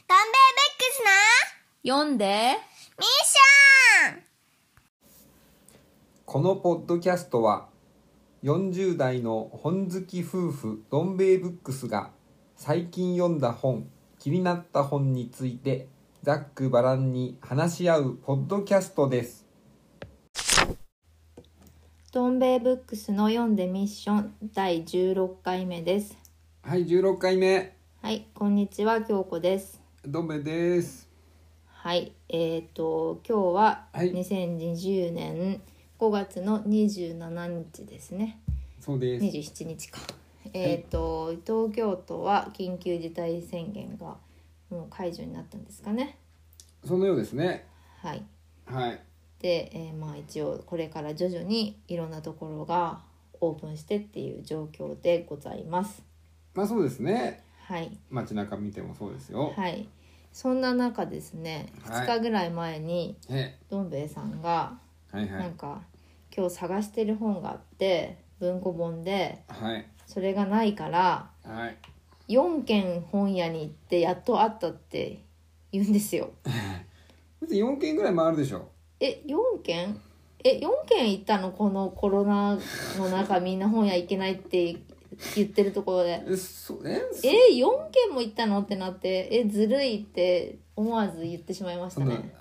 ダンベーベックスな読んでミッション。 このポッドキャストは40代の本好き夫婦どん兵衛ブックスが最近読んだ本、気になった本についてざっくばらんに話し合うポッドキャストです。 どん兵衛ブックスの読んでミッション第16回目です。 はい、16回目。 はい、こんにちは、京子です。 どん兵衛です。 はい、今日ははい 2020年5月の27日ですね。 そうです。 27日か。東京都は緊急事態宣言がもう解除になったんですかね。 そのようですね。 はい。 はい。 で、一応これから徐々にいろんなところがオープンしてっていう状況でございます。 まあそうですね。 はい。 街中見てもそうですよ。 はい。そんな中ですね、 はい 2日ぐらい前にどん兵衛さんがはいはいなんか今日探してる本があって文庫本ではいそれがないからはい 4軒本屋に行ってやっとあったって言うんですよ。 別に4件ぐらい回るでしょ。 4軒行ったの？このコロナの中みんな本屋行けないって言ってるところで 4 4軒も行ったのってなってずるいって思わず言ってしまいましたね。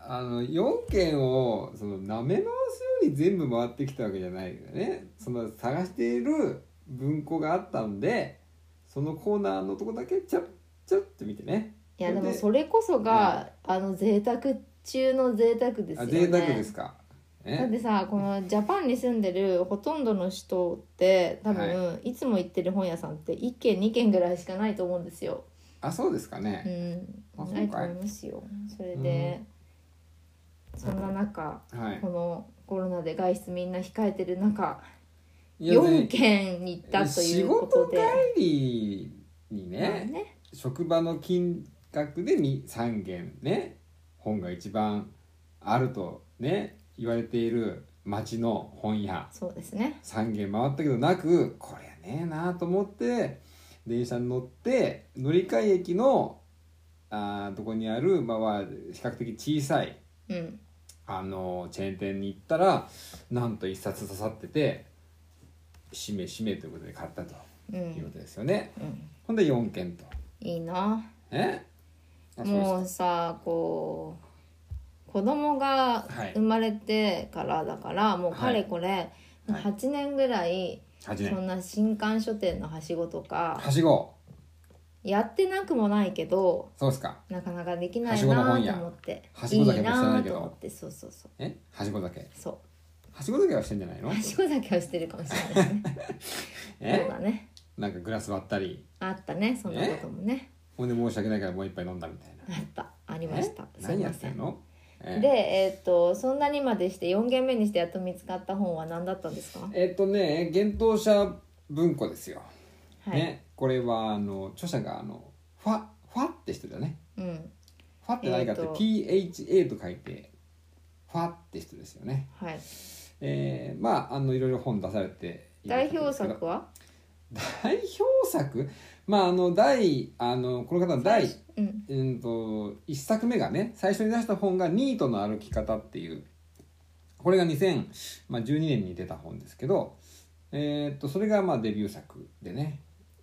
4件を舐め回すように全部回ってきたわけじゃないよね。探している文庫があったんでそのコーナーのとこだけちょっと見てね。 いやでもそれこそが、贅沢中の贅沢ですよね。 贅沢ですか。 だってさ、このジャパンに住んでるほとんどの人って多分、いつも行ってる本屋さんって1軒2軒ぐらいしかないと思うんですよ。 あ、そうですかね。 ないと思いますよ。それで、そんな中、このコロナで外出みんな控えてる中、4軒に行ったということで、 仕事帰りにね、職場の金額で3軒ね、本が一番あるとね言われている町の本屋、 そうですね、 3軒回ったけどなく、これねえなと思って電車に乗って乗り換え駅のとこにある、比較的小さい、チェーン店に行ったらなんと1冊刺さってて、しめしめということで買ったということですよね。ほんで4軒といいな。 もうさ、こう子供が生まれてからだから、もうかれこれ8年ぐらい、そんな新刊書店のはしごとかはしごやってなくもないけど、 そうですか、 なかなかできないなと思って、 はしごだけいいもしてないけど、 なと思って、そうはしごだけ、 そうはしごだけはしてんじゃないの？ はしごだけはしてるかもしれないですねそうだね、なんかグラス割ったりあったね、そんなこともね。 ほんで申し訳ないからもう一杯飲んだみたいな、 ありました。 何やってんの？ で、そんなにまでして4軒目にしてやっと見つかった本は何だったんですか？ 幻冬舎文庫ですよ、これは著者がファって人だね、ファって何かって、PHA と書いてファって人ですよね。いろいろ本出されているんですけど、 代表作は？ 代表作、この方の第1作目がね、最初に出した本がニートの歩き方っていう、これが2012年に出た本ですけど、それがデビュー作でね、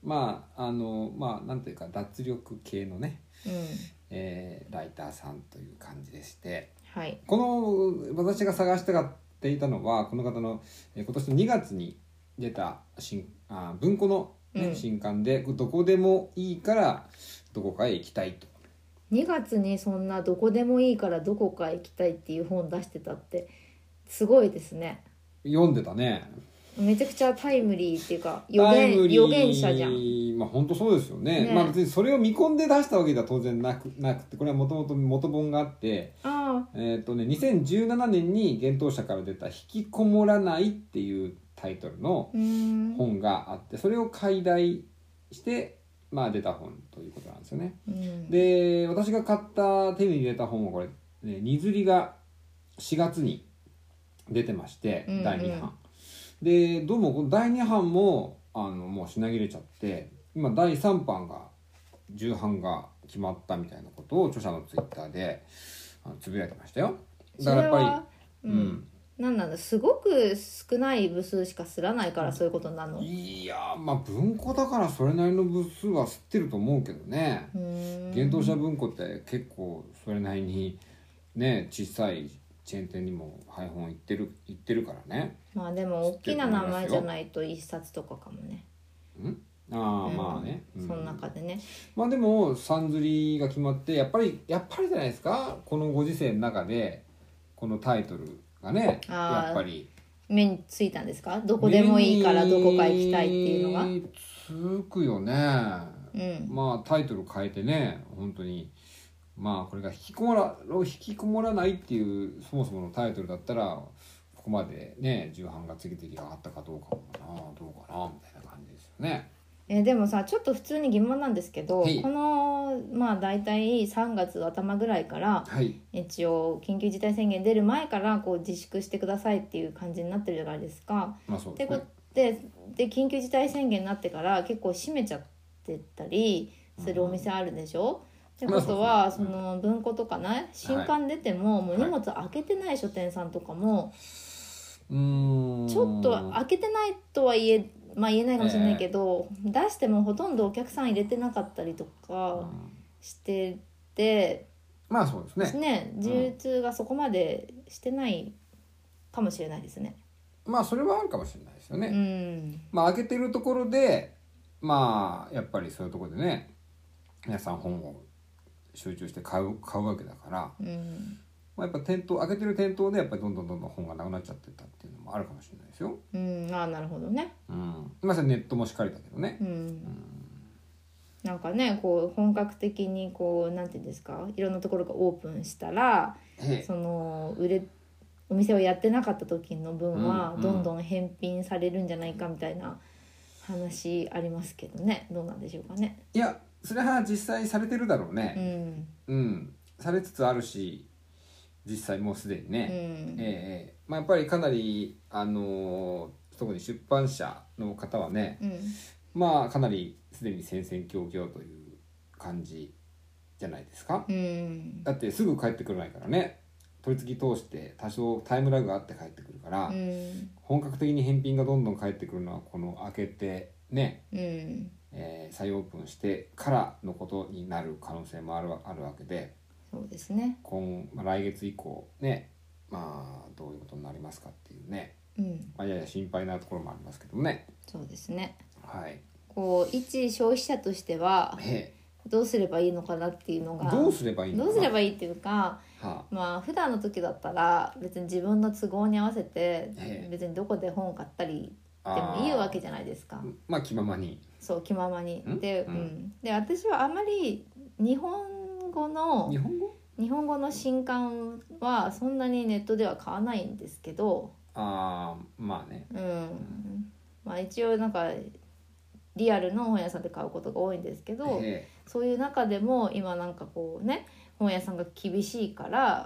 なんていうか脱力系のね、ライターさんという感じでして、この私が探したがっていたのはこの方の今年の2月に出た文庫の、新刊で、どこでもいいからどこかへ行きたいと。 2月にそんなどこでもいいからどこかへ行きたいっていう本出してたってすごいですね。 読んでたね。 めちゃくちゃタイムリーっていうか予言者じゃん。 本当そうですよね。別にそれを見込んで出したわけでは当然なくて、これはもともと元本があって、2017年に幻冬舎から出た引きこもらないっていうタイトルの本があって、それを解題して出た本ということなんですよね。で、私が手に入れた本はこれ、荷刷りが4月に出てまして、第2版で、どうもこの第2版ももう品切れちゃって、今第3版が重版が決まったみたいなことを著者のツイッターでつぶやいてましたよ。だからやっぱりなんなんだ、すごく少ない部数しか吸らないからそういうことになるの？ いやまあ文庫だからそれなりの部数は吸ってると思うけどね。幻冬舎文庫って結構それなりにね小さいチェーン店にも配本行ってるからね。 まあでも大きな名前じゃないと一冊とかかもね。 まあね、 その中でね。 まあでもさんずりが決まってやっぱりじゃないですか、このご時世の中でこのタイトルがねやっぱり目についたんですか？どこでもいいからどこか行きたいっていうのがつくよね。まあタイトル変えてね、本当にまあこれが引きこもらないっていうそもそものタイトルだったらここまでね重版が次々上がったかどうかもな、どうかなみたいな感じですよね。 でもさちょっと普通に疑問なんですけど、このまあ大体3月頭ぐらいから、一応緊急事態宣言出る前からこう自粛してくださいっていう感じになってるじゃないですか。 そうですね。 で緊急事態宣言になってから結構閉めちゃってたりするお店あるでしょ。ってことはその文庫とかね新刊出てももう荷物開けてない書店さんとかもちょっと開けてないとは言えないかもしれないけど、出してもほとんどお客さん入れてなかったりとかしてて、 まあそうですね。 流通がそこまでしてないかもしれないですね。 まあそれはあるかもしれないですよね。まあ開けてるところでまあやっぱりそういうところでね皆さん本を集中して買うわけだから、まあ、やっぱ開けてる店頭でやっぱりどんどん本がなくなっちゃってたっていうのもあるかもしれないですよ。 なるほどね。 まあそれネットもしっかりだけどね。 なんかねこう本格的にこうなんていうんですか、いろんなところがオープンしたらそのお店をやってなかった時の分はどんどん返品されるんじゃないかみたいな話ありますけどね、どうなんでしょうかね。 いやそれは実際されてるだろうね。されつつあるし実際もうすでにね、まあ、やっぱりかなり特に出版社の方はね、まあかなりすでに戦々恐々という感じじゃないですか。だってすぐ帰ってくれないからね、取り次ぎ通して多少タイムラグがあって帰ってくるから、本格的に返品がどんどん返ってくるのはこの開けてね、再オープンしてからのことになる可能性もあるわけで、 そうですね。 来月以降ね、まあどういうことになりますかっていうね、まあ、やや心配なところもありますけどもね。 そうですね。 こう一消費者としてはどうすればいいのかなっていうのが、 どうすればいいっていうか、まあ普段の時だったら別に自分の都合に合わせて別にどこで本買ったりでもいいわけじゃないですか。 まあ気ままに。 そう気ままに。で私はあまり日本語の新刊はそんなにネットでは買わないんですけど、 まあね。 まあ一応なんかリアルの本屋さんで買うことが多いんですけど、そういう中でも今なんかこうね本屋さんが厳しいから、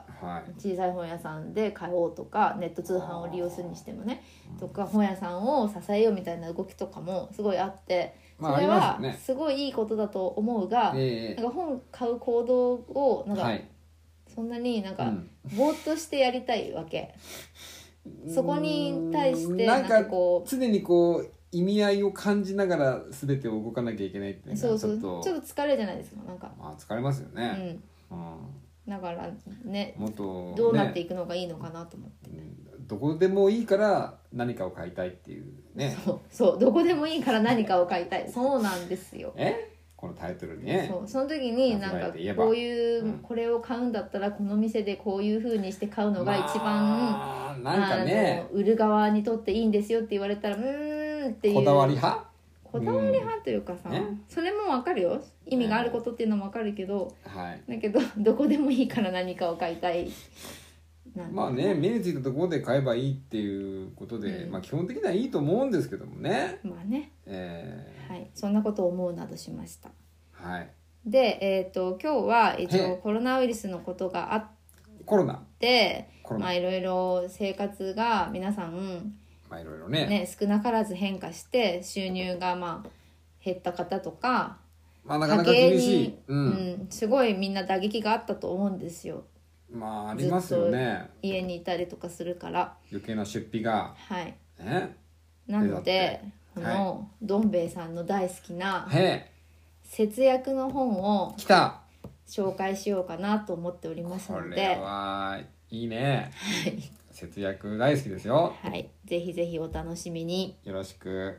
小さい本屋さんで買おうとかネット通販を利用するにしてもね、とか本屋さんを支えようみたいな動きとかもすごいあって、それはすごいいいことだと思うが、なんか本買う行動をなんか、そんなになんかぼーっとしてやりたいわけ。そこに対してなんかこう常にこう意味合いを感じながら全てを動かなきゃいけないっていうのはちょっと疲れるじゃないですか。なんかまあ疲れますよね。 だからね、 もっとどうなっていくのがいいのかなと思って、 どこでもいいから何かを買いたいっていうね。 そうどこでもいいから何かを買いたい。そうなんですよ。 このタイトルにね。 その時になんかこういう、これを買うんだったらこの店でこういう風にして買うのが一番、 なんかね売る側にとっていいんですよって言われたらっていうこだわり派というかさ、それも分かるよ、意味があることっていうのも分かるけど、だけどどこでもいいから何かを買いたい。 まあね、目についたところで買えばいいっていうことで、まあ基本的にはいいと思うんですけどもね。 まあね、そんなことを思うなどしました。で、今日は一応コロナウイルスのことがあってまあいろいろ生活が皆さんいろいろね少なからず変化して収入がまあ減った方とかまあなかなか厳しい、 すごいみんな打撃があったと思うんですよ。 まあありますよね。 家にいたりとかするから余計な出費が、 はいね、 なのでこのどん兵衛さんの大好きなへ節約の本を来た紹介しようかなと思っておりますので、 これはいいね。 はい、 節約大好きですよ。 はい、ぜひぜひお楽しみに。 よろしく。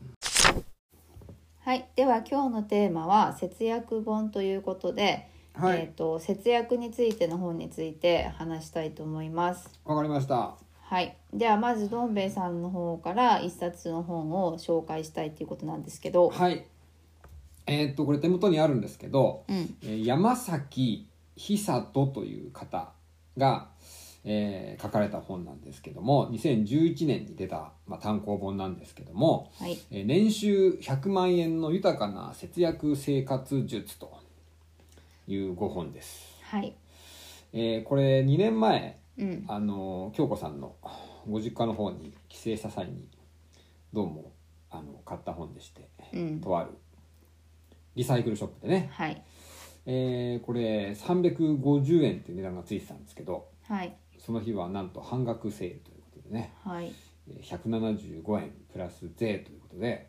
はい、では今日のテーマは節約本ということで、 はい、 節約についての本について話したいと思います。 わかりました。 はい、ではまずどん兵衛さんの方から一冊の本を紹介したいということなんですけど、 はい、これ手元にあるんですけど、山崎久人という方が、書かれた本なんですけども、2011年に出た、単行本なんですけども、 はい、 年収100万円の豊かな節約生活術という5本です。 はい、 これ2年前、京子さんのご実家の方に帰省した際にどうも買った本でして、とあるリサイクルショップでね、 はい、 これ350円っていう値段がついてたんですけど、 はい、 その日はなんと半額セールということでね、 はい、 175円プラス税ということで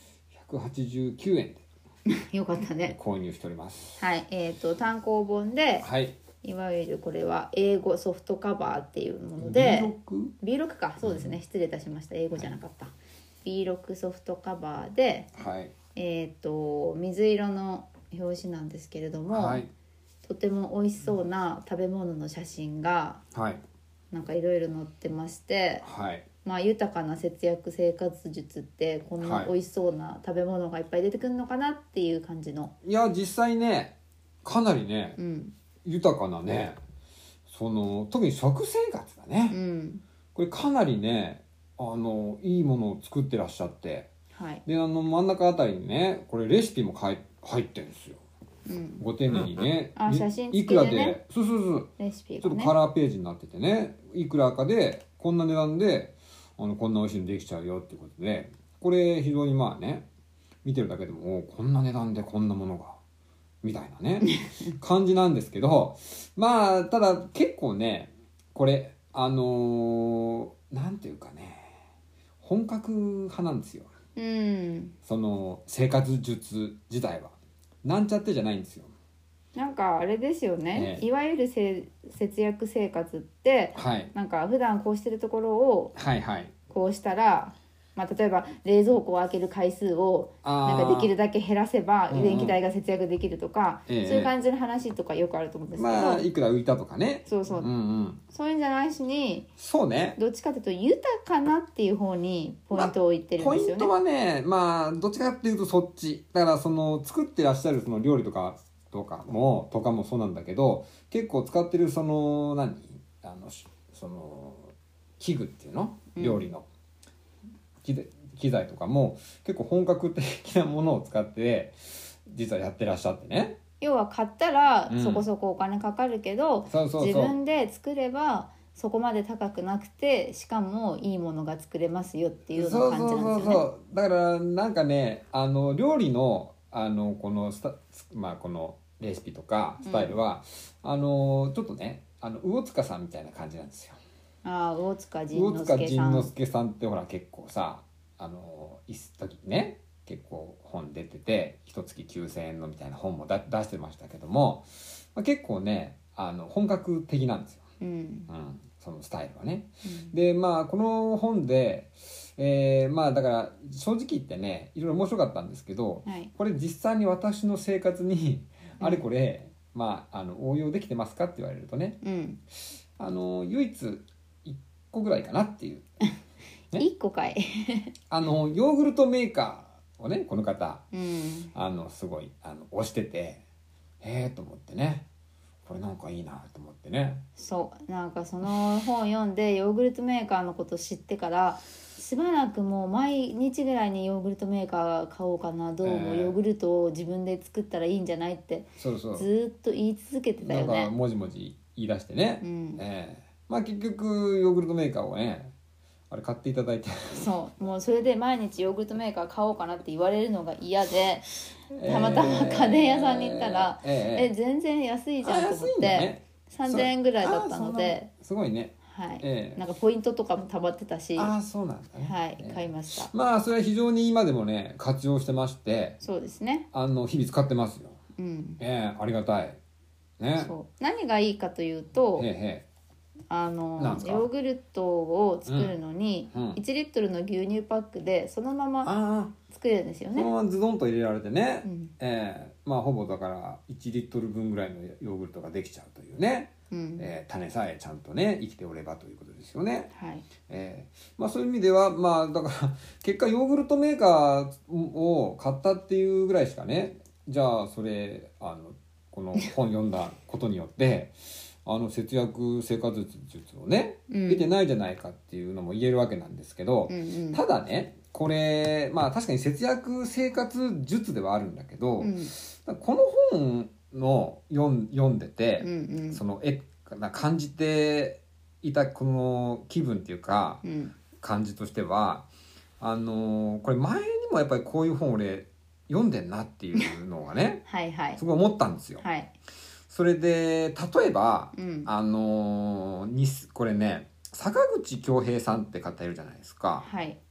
189円でよかったね。 購入しております。 はい、単行本で、 はい、 いわゆるこれは英語ソフトカバーっていうもので B6 か、そうですね、失礼いたしました、英語じゃなかった、B6 ソフトカバーで、 はい、 水色の表紙なんですけれども、 はい、 とても美味しそうな食べ物の写真がなんかいろいろ載ってまして、 はい、 豊かな節約生活術ってこんな美味しそうな食べ物がいっぱい出てくるのかなっていう感じの、 いや実際ねかなりね、豊かなね、特に食生活だね、これかなりねいいものを作ってらっしゃって、 はい、 で真ん中あたりにねこれレシピも入ってるんですよ、ご丁寧にね、 写真付きでね、 いくらでそうレシピがねちょっとカラーページになっててね、いくらかでこんな値段でこんな美味しいのできちゃうよっていうことで、これ非常に見てるだけでもこんな値段でこんなものがみたいなね感じなんですけど、ただ結構ねこれなんていうかね本格派なんですよ、その生活術自体はなんちゃってじゃないんですよ。 なんかあれですよね、いわゆる節約生活って、なんか普段こうしてるところをこうしたら、例えば冷蔵庫を開ける回数をなんかできるだけ減らせば電気代が節約できるとか、そういう感じの話とかよくあると思うんですけど、 いくら浮いたとかね、 そう、そういうんじゃないしに、 そうね、 どっちかというと豊かなっていう方にポイントを置いてるんですよね。 ポイントはねどっちかっていうとそっちだから、作ってらっしゃるその料理とかもそうなんだけど、結構使ってるその器具っていうの、料理の機材とかも結構本格的なものを使って実はやってらっしゃってね、 要は買ったらそこそこお金かかるけど、自分で作ればそこまで高くなくて、しかもいいものが作れますよっていうような感じなんですよね。 そうだからなんかね料理のこのレシピとかスタイルは、ちょっとね魚塚さんみたいな感じなんですよ。 魚塚仁之助さんってほら結構さ一時ね結構本出てて1月9000円のみたいな本も出してましたけども、結構ね本格的なんですよ、そのスタイルはね、でこの本で、だから正直言ってねいろいろ面白かったんですけど、これ実際に私の生活にあれこれ、応用できてますかって言われるとね、唯一1個ぐらいかなっていう、 ね、1個かいヨーグルトメーカーをねこの方、すごい推しててと思ってね、これなんかいいなと思ってね。 そうなんかその本読んでヨーグルトメーカーのこと知ってからしばらくもう毎日ぐらいにヨーグルトメーカー買おうかな、どうもヨーグルトを自分で作ったらいいんじゃないってずっと言い続けてたよね。 なんかもじもじ言い出してね、結局ヨーグルトメーカーをねあれ買っていただいてそうもうそれで毎日ヨーグルトメーカー買おうかなって言われるのが嫌で、たまたま家電屋さんに行ったら、全然安いじゃんと思って、ね、3000円ぐらいだったのですごいね、 はい、なんかポイントとかもたまってたし、 そうなんだね、 はい、買いました。 まあそれは非常に今でもね活用してまして、 そうですね、 日々使ってますよ、ありがたいね。 そう何がいいかというと、ヨーグルトを作るのに1リットルの牛乳パックでそのまま作れるんですよね。 そのままズドンと入れられてね、まあほぼだから1リットル分ぐらいのヨーグルトができちゃうというね、種さえちゃんとね生きておればということですよね。まあそういう意味ではまあだから結果ヨーグルトメーカーを買ったっていうぐらいしかね、じゃあそれこの本読んだことによって節約生活術をね得てないじゃないかっていうのも言えるわけなんですけど、ただねこれまあ確かに節約生活術ではあるんだけど、この本の読んでて、その感じていたこの気分っていうか、感じとしてはこれ前にもやっぱりこういう本俺読んでんなっていうのがねすごい思ったんですよ。それで例えば、これね坂口恭平さんって方いるじゃないですか。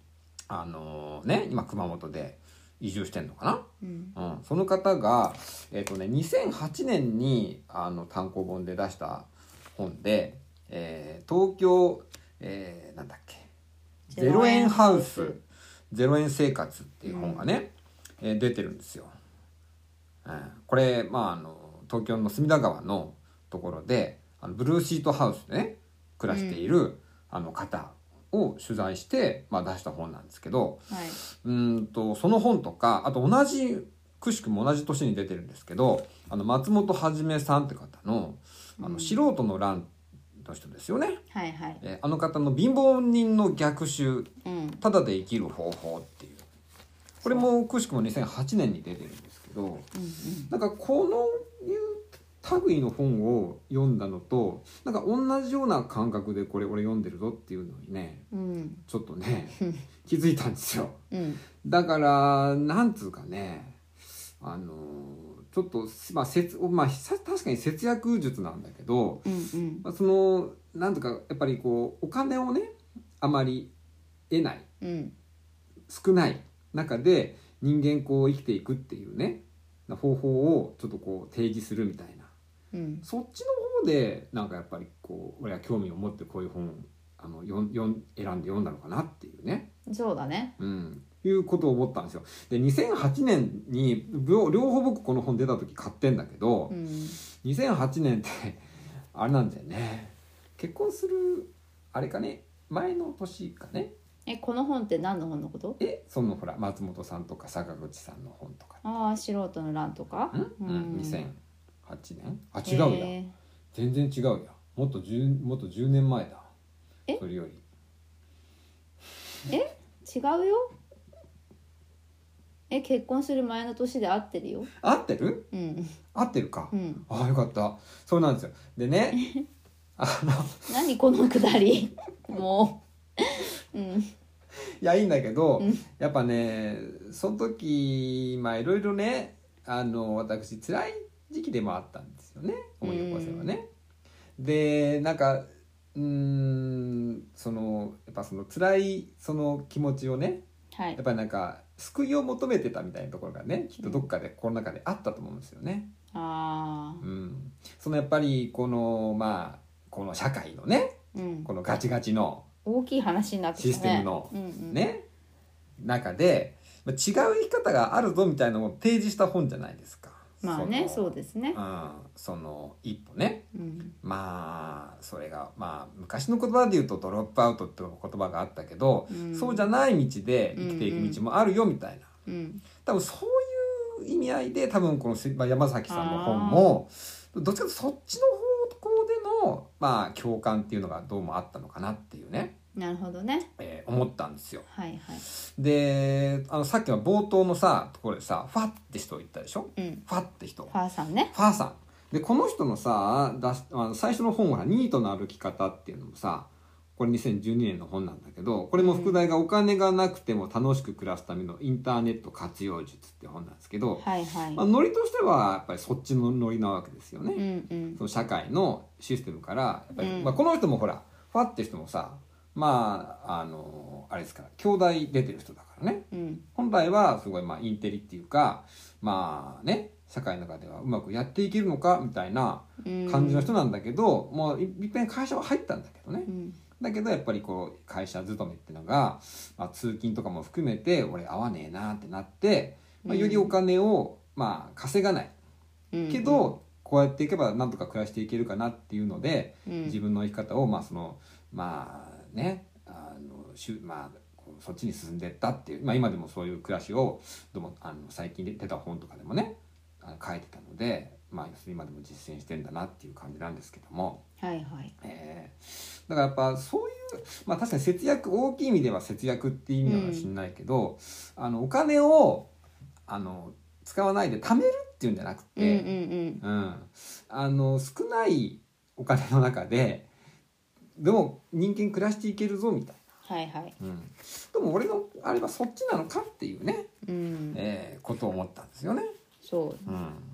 今熊本で移住してんのかな、その方が、2008年に単行本で出した本で、東京、なんだっけ0円ハウス0円生活っていう本がね、出てるんですよ。これ東京の隅田川のところでブルーシートハウスでね暮らしている、方を取材して、出した本なんですけど、その本とかあとくしくも同じ年に出てるんですけど松本はじめさんって方の素人の乱の人ですよね、あの方の貧乏人の逆襲、ただで生きる方法っていうこれもくしくも2008年に出てるんですけど、なんかこのいう類の本を読んだのとなんか同じような感覚でこれ俺読んでるぞっていうのにね、ちょっとね気づいたんですよ。だなんつうかねちょっと確かに節約術なんだけど、そのなんとかやっぱりこうお金をねあまり得ない、少ない中で人間こう生きていくっていうね方法をちょっとこう提示するみたいな、そっちの方でなんかやっぱりこう俺は興味を持ってこういう本選んで読んだのかなっていうね。 そうだね、 いうことを思ったんですよ。で2008年に両方僕この本出た時買ってんだけど、2008年ってあれなんだよね、結婚するあれかね前の年かね。 この本って何の本のこと？ そのほら松本さんとか坂口さんの本とか。 素人の乱とか。 2008年違うや、全然違うや、もっと10年前だ。それより違うよ。結婚する前の年で合ってるよ。 合ってる？合ってるか、よかった。そうなんですよ。でね何このくだりもういやいいんだけど、やっぱねその時いろいろね私辛い時期でもあったんですよね、思い起こせばね。でなんかやっぱその辛いその気持ちをね、やっぱりなんか救いを求めてたみたいなところがねきっとどっかでこの中であったと思うんですよね。そのやっぱりこのこの社会のね、このガチガチの大きい話になってきたね、 システムのね、中で違う生き方があるぞみたいなのを提示した本じゃないですか。 そうですね、 その一歩ね、それが昔の言葉で言うとドロップアウトっていう言葉があったけど、そうじゃない道で生きていく道もあるよみたいな、多分そういう意味合いで多分この山崎さんの本もどっちかというとそっちの方向での共感っていうのがどうもあったのかなっていうね。 なるほどね、 思ったんですよ。でさっきの冒頭のところでファって人言ったでしょ、ファって人、 ファーさんね。 ファーさんでこの人の最初の本はニートの歩き方っていうのもここれ2012年の本なんだけど、これも副題がお金がなくても楽しく暮らすためのインターネット活用術って本なんですけど、 はいはい、 ノリとしてはやっぱりそっちのノリなわけですよね、 うんうん、 その社会のシステムからやっぱり、この人もほらファって人もさ、あれですから兄弟出てる人だからね、本来はすごいインテリっていうか社会の中ではうまくやっていけるのかみたいな感じの人なんだけど、もういっぺん会社は入ったんだけどね、だけどやっぱりこう会社勤めっていうのが、通勤とかも含めて俺合わねえなってなって、よりお金を稼がない、けどこうやっていけばなんとか暮らしていけるかなっていうので、自分の生き方をそっちに進んでったっていう、今でもそういう暮らしをどうも最近出た本とかでもね書いてたので、今でも実践してんだなっていう感じなんですけども、 はいはい、 だからやっぱそういう確かに節約、大きい意味では節約っていう意味なのかもしれないけど、お金を使わないで貯めるっていうんじゃなくて、少ないお金の中ででも人間暮らしていけるぞみたいな、 はいはい、 でも俺のあれはそっちなのかっていうね、ことを思ったんですよね。 そう、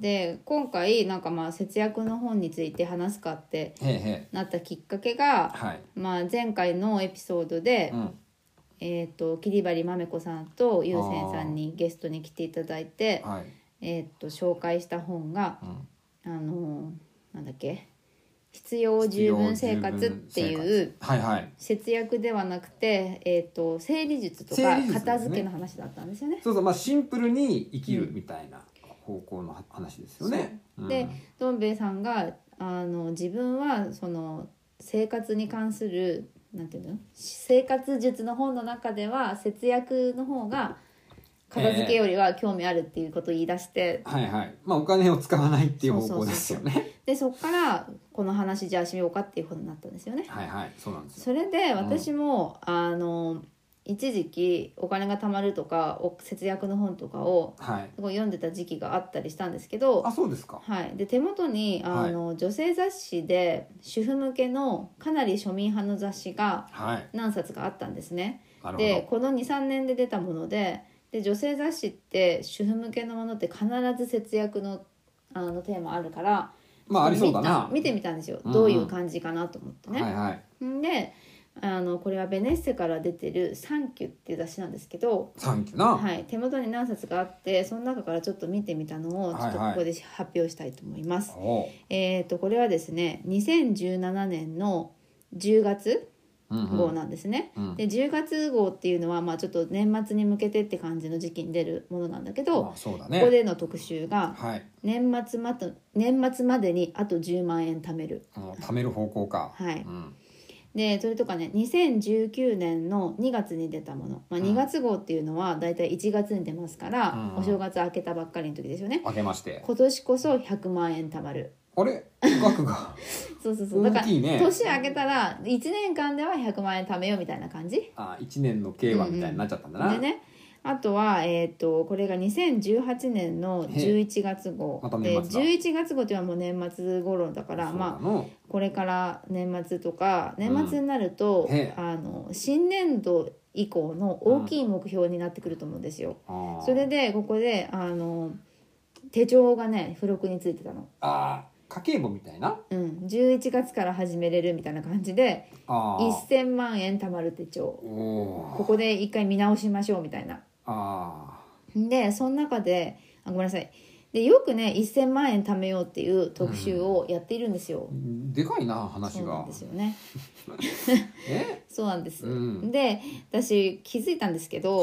で今回節約の本について話すかってなったきっかけが、前回のエピソードで、桐張まめこさんとゆうせんさんにゲストに来ていただいて、紹介した本が、なんだっけ、必要十分生活っていう節約ではなくて、整理術とか片付けの話だったんですよね。 シンプルに生きるみたいな方向の話ですよね。 でどん兵衛さんが自分はその生活に関するなんていうの、生活術の本の中では節約の方が片付けよりは興味あるっていうことを言い出して、 お金を使わないっていう方向ですよね。 でそこからこの話じゃあしようかっていうことになったんですよね。 そうなんですよ。 それで私も、一時期お金が貯まるとか節約の本とかを読んでた時期があったりしたんですけど、 そうですか。 で手元に女性雑誌で主婦向けのかなり庶民派の雑誌が何冊かあったんですね。でこの 2,3 年で出たもので女性雑誌って主婦向けのものって必ず節約のテーマあるから、 ありそうだな。 見てみたんですよ、どういう感じかなと思ってね。でこれはベネッセから出てるサンキュっていう雑誌なんですけど、 サンキュな、 手元に何冊かあってその中からちょっと見てみたのをちょっとここで発表したいと思います。これはですね2017年の10月号なんですね。で10月号っていうのはちょっと年末に向けてって感じの時期に出るものなんだけど、ここでの特集が、年末までにあと10万円貯める、 貯める方向か。 でそれとかね2019年の2月に出たもの、2月号っていうのはだいたい1月に出ますから、お正月明けたばっかりの時ですよね。 明けまして今年こそ100万円貯まる。 あれ額がそうだから年明けたら1年間では100万円貯めようみたいな感じ。 1年の計はみたいになっちゃったんだな。 でね、あとは、これが2018年の11月号で、11月号っていうのはもう年末頃だから、これから年末とか年末になると、新年度以降の大きい目標になってくると思うんですよ。それでここで手帳がね付録についてたの。 家計簿みたいな、 11月から始めれるみたいな感じで1000万円貯まる手帳、ここで一回見直しましょうみたいな。でその中でごめんなさい、でよくね1000万円貯めようっていう特集をやっているんですよ。 でかいな話が。 そうなんですよねそうなんです、で私気づいたんですけど、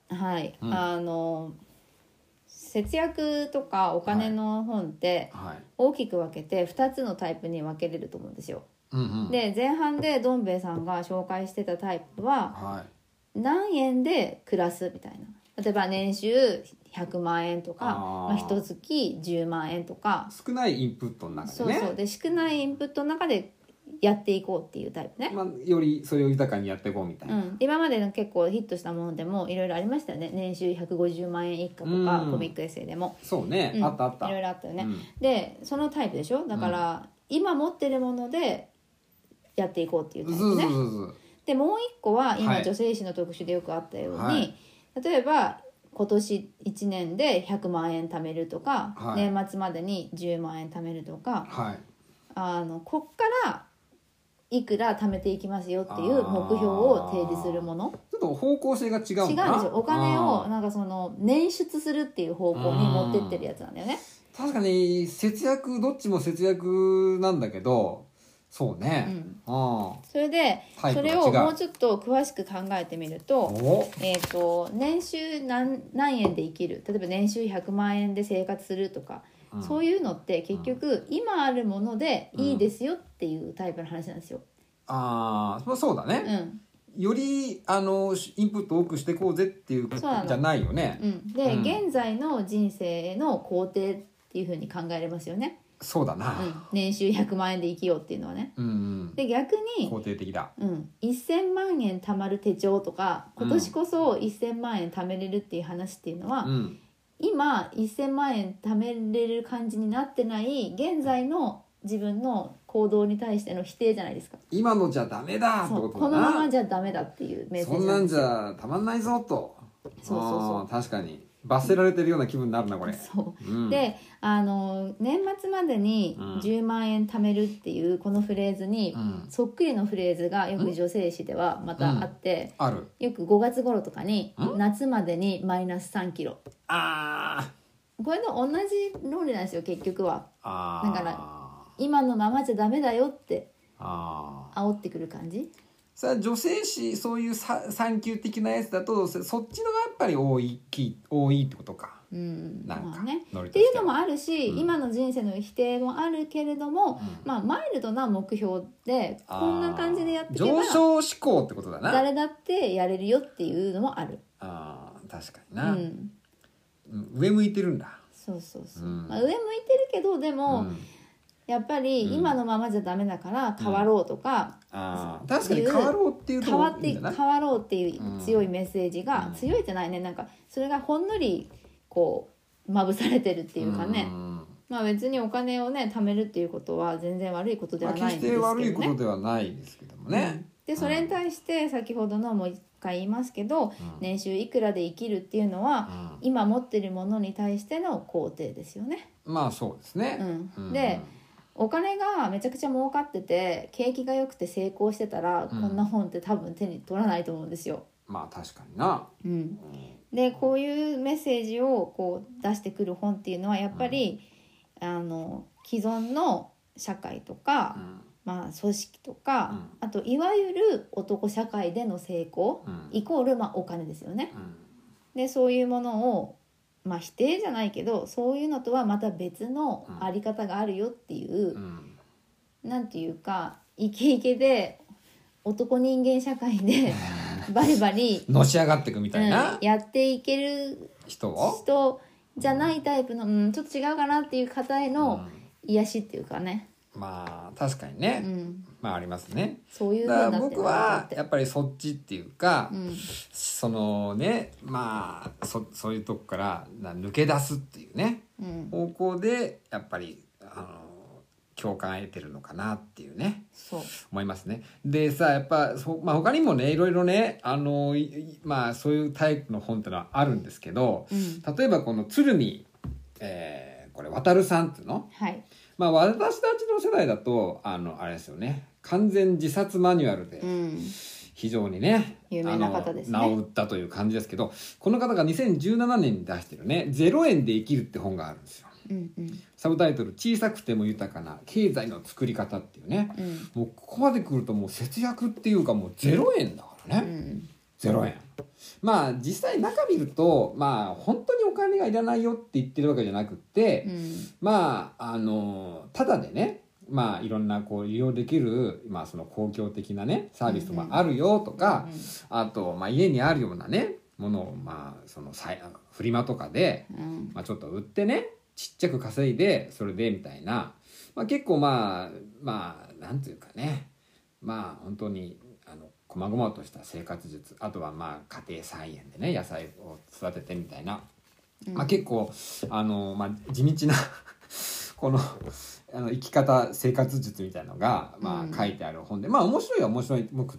節約とかお金の本って大きく分けて2つのタイプに分けれると思うんですよ。で前半でどん兵衛さんが紹介してたタイプは、何円で暮らすみたいな、例えば年収100万円とか一月10万円とか少ないインプットの中でね、 で少ないインプットの中でやっていこうっていうタイプね、 よりそれを豊かにやっていこうみたいな、 今までの結構ヒットしたものでもいろいろありましたよね。年収150万円以下とか、コミックエッセイでもそうね、あったいろいろあったよね、でそのタイプでしょ。だから、今持ってるものでやっていこうっていうタイプね。 でもう一個は今、 はい女性誌の特集でよくあったように、 はい、 例えば今年1年で100万円貯めるとか、 はい、 年末までに10万円貯めるとか、 はい、 こっからいくら貯めていきますよっていう目標を提示するもの。 ちょっと方向性が違うのかな。 違うんですよ。お金をなんかその捻出するっていう方向に持ってってるやつなんだよね。 確かに節約、どっちも節約なんだけど、そうね、 それでそれをもうちょっと詳しく考えてみると、年収何円で生きる、例えば年収100万円で生活するとか、そういうのって結局今あるものでいいですよっていうタイプの話なんですよ。 そうだね、よりインプット多くしていこうぜっていうじゃないよね。 で、現在の人生の肯定っていうふうに考えれますよね。 そうだな、 年収100万円で生きようっていうのはね、で逆に肯定的だ、 1000万円貯まる手帳とか、今年こそ1000万円貯めれるっていう話っていうのは、今1000万円貯めれる感じになってない現在の自分の行動に対しての否定じゃないですか。 今のじゃダメだってことだな。 このままじゃダメだっていうメッセージそんなんじゃたまんないぞと。そう確かに罰せられてるような気分になるなこれ。 そう、で年末までに10万円貯めるっていうこのフレーズに、そっくりのフレーズがよく女性誌ではまたあって、 ある。 よく5月頃とかに夏までにマイナス3キロ、これと同じ論理なんですよ結局は。だから今のままじゃダメだよって煽ってくる感じ。 さあ女性誌そういう産休的なやつだとそっちのがやっぱり多いってことか。なんかね、っていうのもあるし、今の人生の否定もあるけれども、マイルドな目標でこんな感じでやっていけば上昇志向ってことだな。 誰だってやれるよっていうのもある。 確かにな、上向いてるんだ。 そう、上向いてるけどでも、やっぱり今のままじゃダメだから変わろうとか、 確かに変わろうっていうところいいんだな。 変わろうっていう強いメッセージが、強いじゃないね、なんかそれがほんのりこうまぶされてるっていうかね、別にお金をね貯めるっていうことは全然悪いことではないんですけどね、 決して悪いことではないですけどもね、 でそれに対して先ほどのもう一回言いますけど、年収いくらで生きるっていうのは、今持ってるものに対しての肯定ですよね。 そうですね、 でお金がめちゃくちゃ儲かってて景気が良くて成功してたら、こんな本って多分手に取らないと思うんですよ。 確かにな、 でこういうメッセージをこう出してくる本っていうのはやっぱり、既存の社会とか、組織とか、あといわゆる男社会での成功、イコールお金ですよね、でそういうものを否定じゃないけどそういうのとはまた別のあり方があるよっていう、なんていうかイケイケで男人間社会でバリバリのし上がっていくみたいな、 やっていける人じゃないタイプの、ちょっと違うかなっていう方への癒しっていうかね、 確かにね、ありますね。 そういうだから僕はやっぱりそっちっていうか、そのねそういうとこから抜け出すっていうね、方向でやっぱり共感を得てるのかなっていうね、思いますね。でさやっぱ他にもねいろいろねそういうタイプの本ってのはあるんですけど、例えばこの鶴見、これ渡さんっていうの、私たちの世代だとあれですよね、完全自殺マニュアルで非常にね、 有名な方ですね、 名を打ったという感じですけど、この方が2017年に出してるね0円で生きるって本があるんですよ。サブタイトル小さくても豊かな経済の作り方っていうね、もうここまで来るともう節約っていうかもう0円だからね、0円。実際中見ると本当にお金がいらないよって言ってるわけじゃなくって、ただでねいろんな利用できる、その公共的なねサービスもあるよとか、あと、家にあるようなねものをそのフリマとかで、ちょっと売ってねちっちゃく稼いでそれでみたいな、結構なんていうかね本当に細々とした生活術、あとは家庭菜園でね野菜を育ててみたいな、結構地道なこの生き方生活術みたいなのが、書いてある本で、面白いは面白いくって、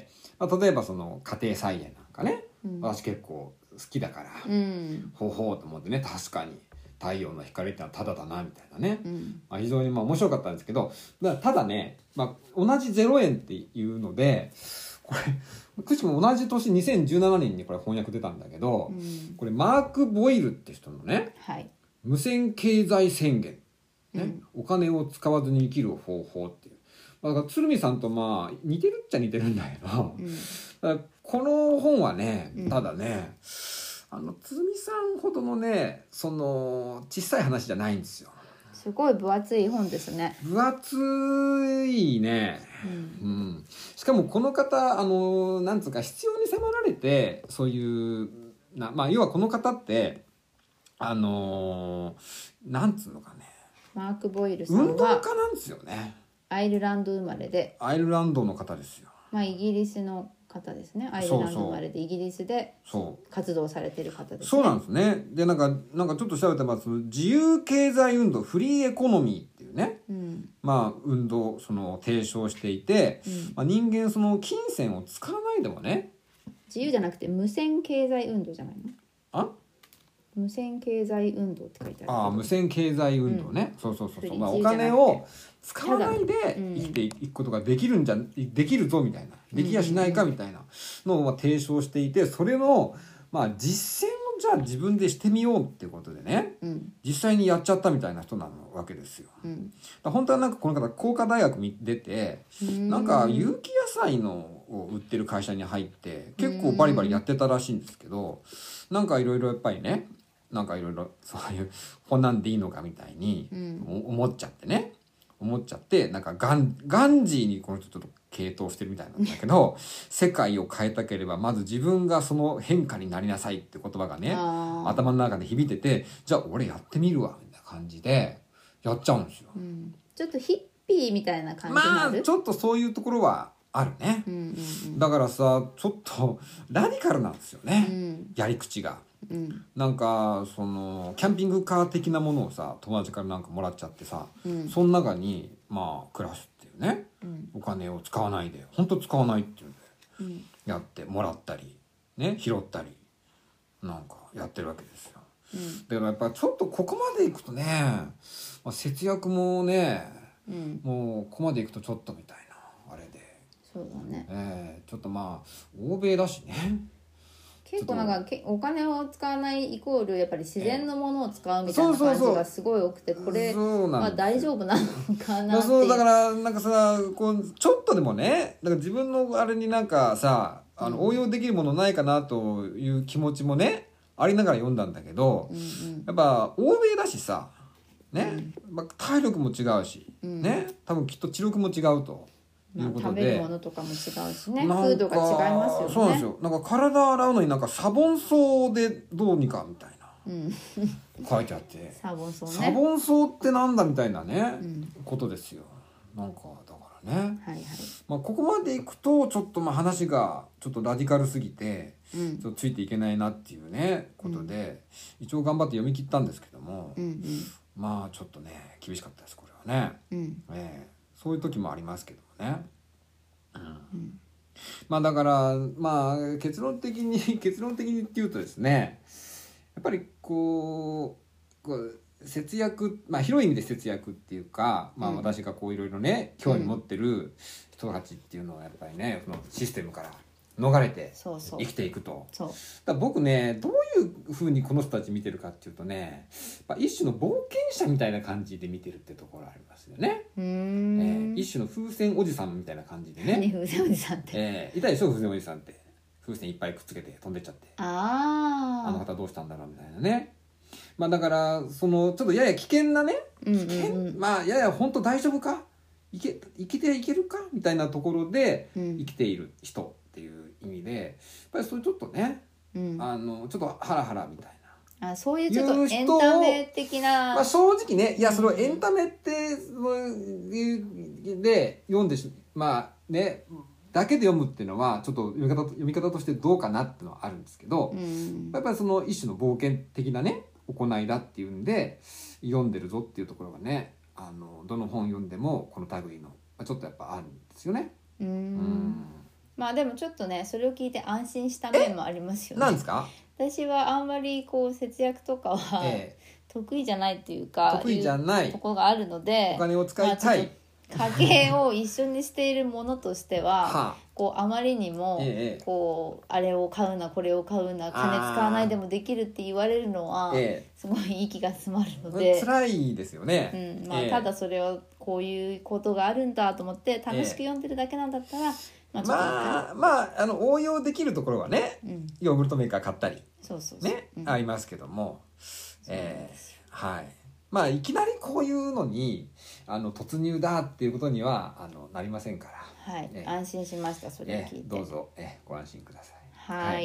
例えばその家庭菜園なんかね、私結構好きだから、ほうほうと思ってね、確かに太陽の光ってのはただだなみたいなね、非常に面白かったんですけど、ただね、同じ0円っていうので、これくしくも同じ年2017年にこれ翻訳出たんだけど、これマーク・ボイルって人のね、無線経済宣言、お金を使わずに生きる方法っていう、だから鶴見さんと似てるっちゃ似てるんだけど、だからこの本はね、ただね、鶴見さんほどのね、その小さい話じゃないんですよ。 すごい分厚い本ですね。 分厚いね、しかもこの方なんつうか必要に迫られて、そういう要はこの方ってなんつうのかね、 マーク・ボイルさんは運動家なんですよね。 アイルランド生まれで、 アイルランドの方ですよ。 イギリスの方ですね。アイルランド生まれでイギリスで活動されてる方ですね。 そうなんですね。でなんかちょっと調べてます。自由経済運動、フリーエコノミーっていうね、運動その提唱していて、人間その金銭を使わないでもね、 自由じゃなくて無線経済運動じゃないの？無線経済運動って書いてある。 無線経済運動ね、そう、お金を使わないで生きていくことができるぞみたいな、できやしないかみたいなのを提唱していて、それの実践をじゃあ自分でしてみようっていうことでね、実際にやっちゃったみたいな人なわけですよ。本当はこの方工科大学出て、有機野菜のを売ってる会社に入って結構バリバリやってたらしいんですけど、いろいろやっぱりね、いろいろそういうこんなんでいいのかみたいに思っちゃってね、ガンジーにこの人ちょっと傾倒してるみたいなんだけど世界を変えたければまず自分がその変化になりなさいって言葉がね頭の中で響いてて、じゃあ俺やってみるわみたいな感じでやっちゃうんですよ。 ちょっとヒッピーみたいな感じになる？ ちょっとそういうところはあるね、だからさ、ちょっとラディカルなんですよね、やり口が。そのキャンピングカー的なものをさ、友達からもらっちゃってさ、その中に暮らすっていうね、お金を使わないで、本当使わないっていうんで、やってもらったりね、拾ったりやってるわけですよ。だからやっぱちょっとここまでいくとね、節約もね、もうここまでいくとちょっとみたいなあれで、 そうだね、 ちょっと欧米だしね、 結構お金を使わないイコールやっぱり自然のものを使うみたいな感じがすごい多くて、これは大丈夫なのかなっていう。 だからさ、ちょっとでもね、自分のあれにさ、応用できるものないかなという気持ちもねありながら読んだんだけど、やっぱ欧米だしさね、体力も違うし、ね、多分きっと知力も違うということで、 食べるものとかも違うしね、風土が違いますよね。 そうなんですよ。体洗うのにサボン草でどうにかみたいな、書いてあってサボン草ね、 サボン草ってなんだみたいなね、ことですよ。だからね、ここまでいくとちょっと話がちょっとラディカルすぎて、ちょっとついていけないなっていうねことで、一応頑張って読み切ったんですけども、ちょっとね厳しかったです、これはね。そういう時もありますけどもね。だから結論的にっていうとですね、やっぱり節約、広い意味で節約っていうか、私がいろいろね興味持ってる人たちっていうのはやっぱりね、そのシステムから逃れて生きていくと。だから僕ね、どういう風にこの人たち見てるかっていうとね、一種の冒険者みたいな感じで見てるってところありますよね。一種の風船おじさんみたいな感じでね。 何風船おじさんって、 いたでしょ、風船おじさんって。風船いっぱいくっつけて飛んでっちゃって、あの方どうしたんだろうみたいなね。だからそのちょっとやや危険なね、やや本当大丈夫か、生きていけるかみたいなところで生きている人っていう意味で、やっぱりそれちょっとね、ちょっとハラハラみたいな、 そういうちょっとエンタメ的な、 正直ね、いやそれをエンタメってで読んでだけで読むっていうのはちょっと読み方としてどうかなっていうのはあるんですけど、やっぱりその一種の冒険的なね行いだっていうんで読んでるぞっていうところがね、どの本読んでもこの類のちょっとやっぱあるんですよね。 まあでもちょっとねそれを聞いて安心した面もありますよね。 なんですか？ 私はあんまりこう節約とかは、得意じゃないっていうか得意じゃないところがあるので、 お金を使いたい、 家計を一緒にしているものとしてはこうあまりにもこうあれを買うなこれを買うな金使わないでもできるって言われるのはすごい息が詰まるので、 辛いですよね。 ただそれをこういうことがあるんだと思って楽しく読んでるだけなんだったら、 応用できるところはね、ヨーグルトメーカー買ったりありますけども、はい、いきなりこういうのに突入だっていうことにはなりませんから、 はい、安心しました。それを聞いて、 どうぞご安心ください。 はい、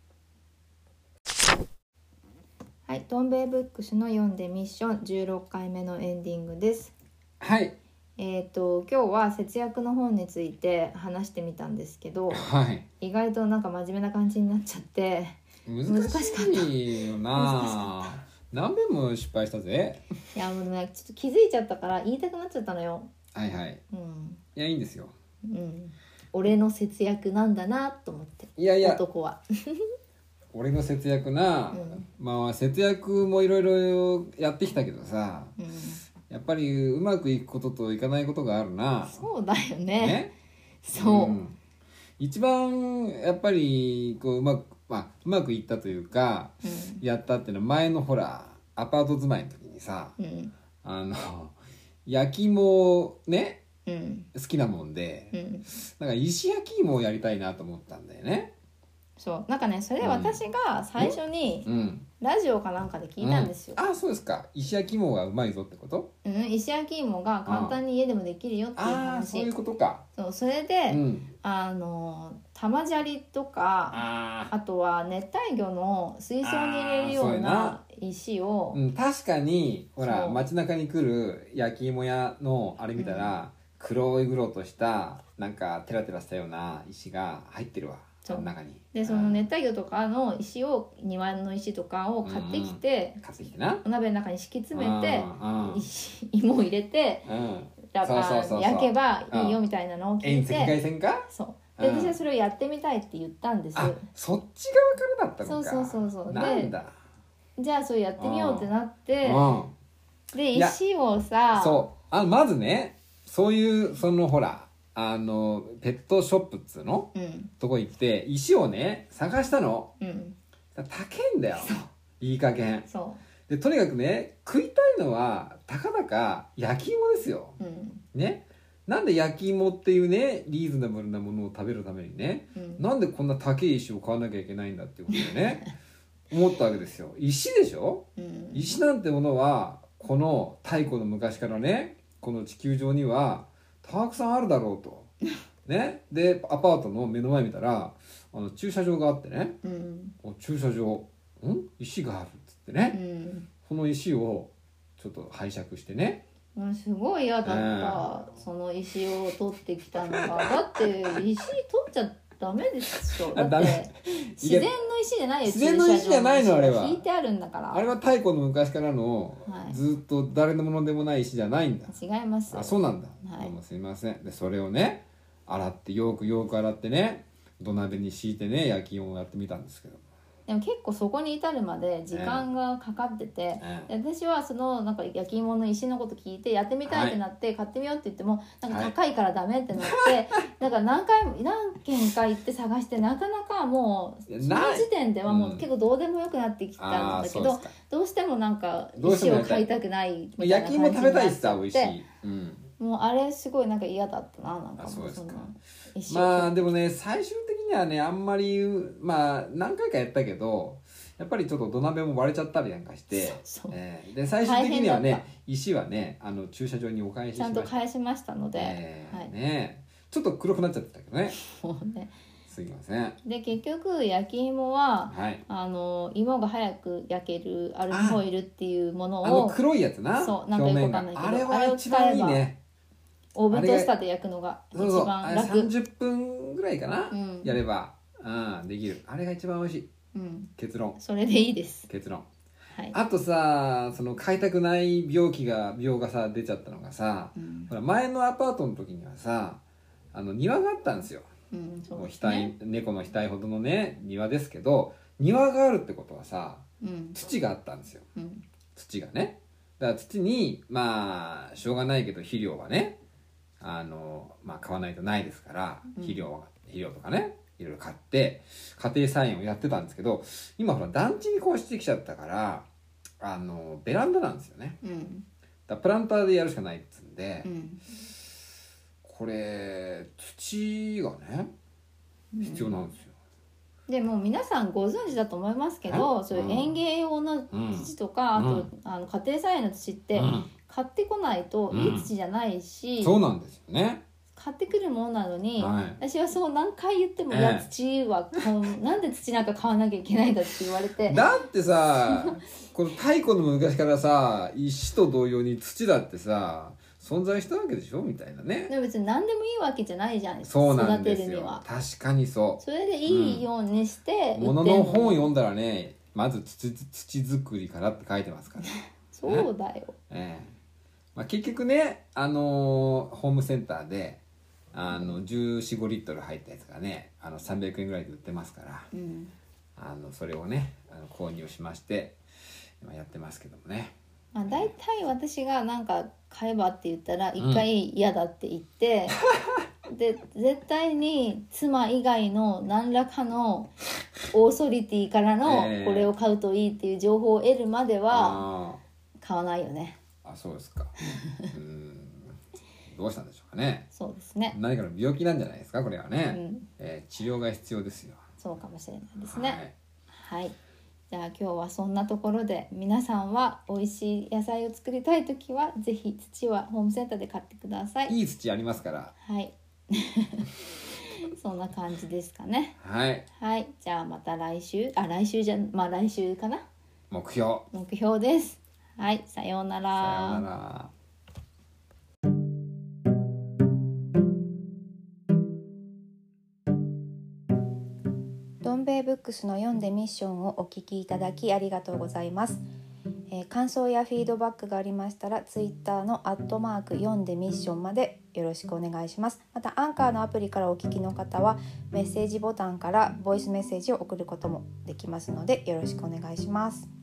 はい、どん兵衛ブックスの読んでミッション16回目のエンディングです。 はい。 今日は節約の本について話してみたんですけど、意外となんか真面目な感じになっちゃって難しかった。 いよな。何遍も失敗したぜ。 いやもうねちょっと気づいちゃったから言いたくなっちゃったのよ。 はいはい。いやいいんですよ。 俺の節約なんだなと思って。 いや男は。 俺の節約な、節約もいろいろやってきたけどさ、やっぱりうまくいくことといかないことがあるな。 そうだよね。そう、 一番やっぱりこううまくいったというか、やったっていうのは前のほらアパート住まいの時にさ、焼き芋ね、好きなもんで、なんか石焼き芋をやりたいなと思ったんだよね。 そうなんかねそれ私が最初にラジオかなんかで聞いたんですよ。 あ、そうですか。石焼き芋がうまいぞってこと？ 石焼き芋が簡単に家でもできるよっていう話。 そういうことか。 それで、玉砂利とか あとは熱帯魚の水槽に入れるような石を、 確かにほら街中に来る焼き芋屋のあれ見たら、黒い黒としたなんかテラテラしたような石が入ってるわ。中にでその熱帯魚とかの石を庭の石とかを買ってきて、お鍋の中に敷き詰めて、芋を入れて、焼けばいいよみたいなのを聞いて、 赤外線か？ そうで私はそれをやってみたいって言ったんです。 そっち側からだったのか。 そうなんだ。 でじゃあそれやってみようってなって、で石をさ、 まずねそういうそのほらペットショップっつうの、とこ行って石をね探したの、高いんだよいい加減。でとにかくね食いたいのはたかだか焼き芋ですよ、ね。なんで焼き芋っていうねリーズナブルなものを食べるためにね、なんでこんな高い石を買わなきゃいけないんだっていうことでね思ったわけですよ。石でしょ、石なんてものはこの太古の昔からねこの地球上にはたくさんあるだろうとね。でアパートの目の前見たら駐車場があってね、駐車場石があるっつってね、この石をちょっと拝借してね、 すごい嫌だった、その石を取ってきたのが。だって石取っちゃダメですよ。だって自然の石じゃないよ。 自然の石じゃないのあれは。 引いてあるんだから。 あれは太古の昔からの、ずっと誰のものでもない石じゃないんだ。 違います。 そうなんだ。どうもすいません。でそれをね洗ってよく洗ってね土鍋に敷いてね焼き芋をやってみたんですけど。 でも結構そこに至るまで時間がかかってて、私はそのなんか焼き芋の石のこと聞いてやってみたいってなって買ってみようって言ってもなんか高いからダメってなって、だから何軒か行って探してなかなかもうその時点ではもう結構どうでもよくなってきたんだけど、どうしてもなんか石を買いたくないみたいな感じになっちゃって、焼き芋食べたいしさ美味しい、もうあれすごいなんか嫌だったな。なんかもうそんな石をでもね最終的にはねあんまり何回かやったけどやっぱりちょっと土鍋も割れちゃったりなんかして、で最終的にはね石はね駐車場にお返ししました。 ちゃんと返しましたので、 ねちょっと黒くなっちゃってたけどね。 もうねすいません。 で結局焼き芋は、芋が早く焼けるアルミホイルっていうものを黒いやつな。 そうなんかよくわかんないけどあれは一番いいね。 オーブントースターで焼くのが一番楽。 30分ぐらいかな、やればできる。あれが一番美味しい、結論。 それでいいです。 結論。 はい、 あとさ、その飼いたくない病がさ出ちゃったのがさ、ほら前のアパートの時にはさ、庭があったんですよ。 そうですね、猫の額ほどのね庭ですけど、庭があるってことはさ、土があったんですよ。土がね、だから土にまあしょうがないけど肥料はね、まあ買わないとないですから、肥料とかねいろいろ買って家庭菜園をやってたんですけど、今ほら団地に越してきちゃったからベランダなんですよね。だプランターでやるしかないっつうんで、これ土がね必要なんですよ。 でも皆さんご存知だと思いますけど、そういう園芸用の土とか、あと家庭菜園の土って買ってこないといい土じゃないし、 そうなんですよね。 買ってくるものなのに、私はそう何回言っても、いや土はなんで土なんか買わなきゃいけないんだって言われてだってさこの太古の昔からさ、石と同様に土だってさ存在したわけでしょみたいなね。 でも別に何でもいいわけじゃないじゃん。 そうなんですよ。 育てるには確かにそう。 それでいいようにしてものの本を読んだらね、まず土作りからって書いてますからそうだよ、 まあ、結局ねホームセンターで14,15 リットル入ったやつがね300円ぐらいで売ってますから、それをね購入しまして今やってますけどもね。 まあ、大体私がなんか買えばって言ったら一回嫌だって言って、で絶対に妻以外の何らかのオーソリティからのこれを買うといいっていう情報を得るまでは買わないよね。 あ、そうですか。どうしたんでしょうかね。 そうですね。 何かの病気なんじゃないですかこれはね、治療が必要ですよ。 そうかもしれないですね。はい、じゃあ今日はそんなところで、皆さんは美味しい野菜を作りたいときはぜひ土はホームセンターで買ってください。 いい土ありますから。 はいそんな感じですかね。 はい、 はい、じゃあまた来週かな。目標です。はい、さようなら。 さようなら。 どん兵衛ブックスの読んでミッションをお聞きいただきありがとうございます。感想やフィードバックがありましたらツイッターの@読んでミッションまでよろしくお願いします。またアンカーのアプリからお聞きの方はメッセージボタンからボイスメッセージを送ることもできますのでよろしくお願いします。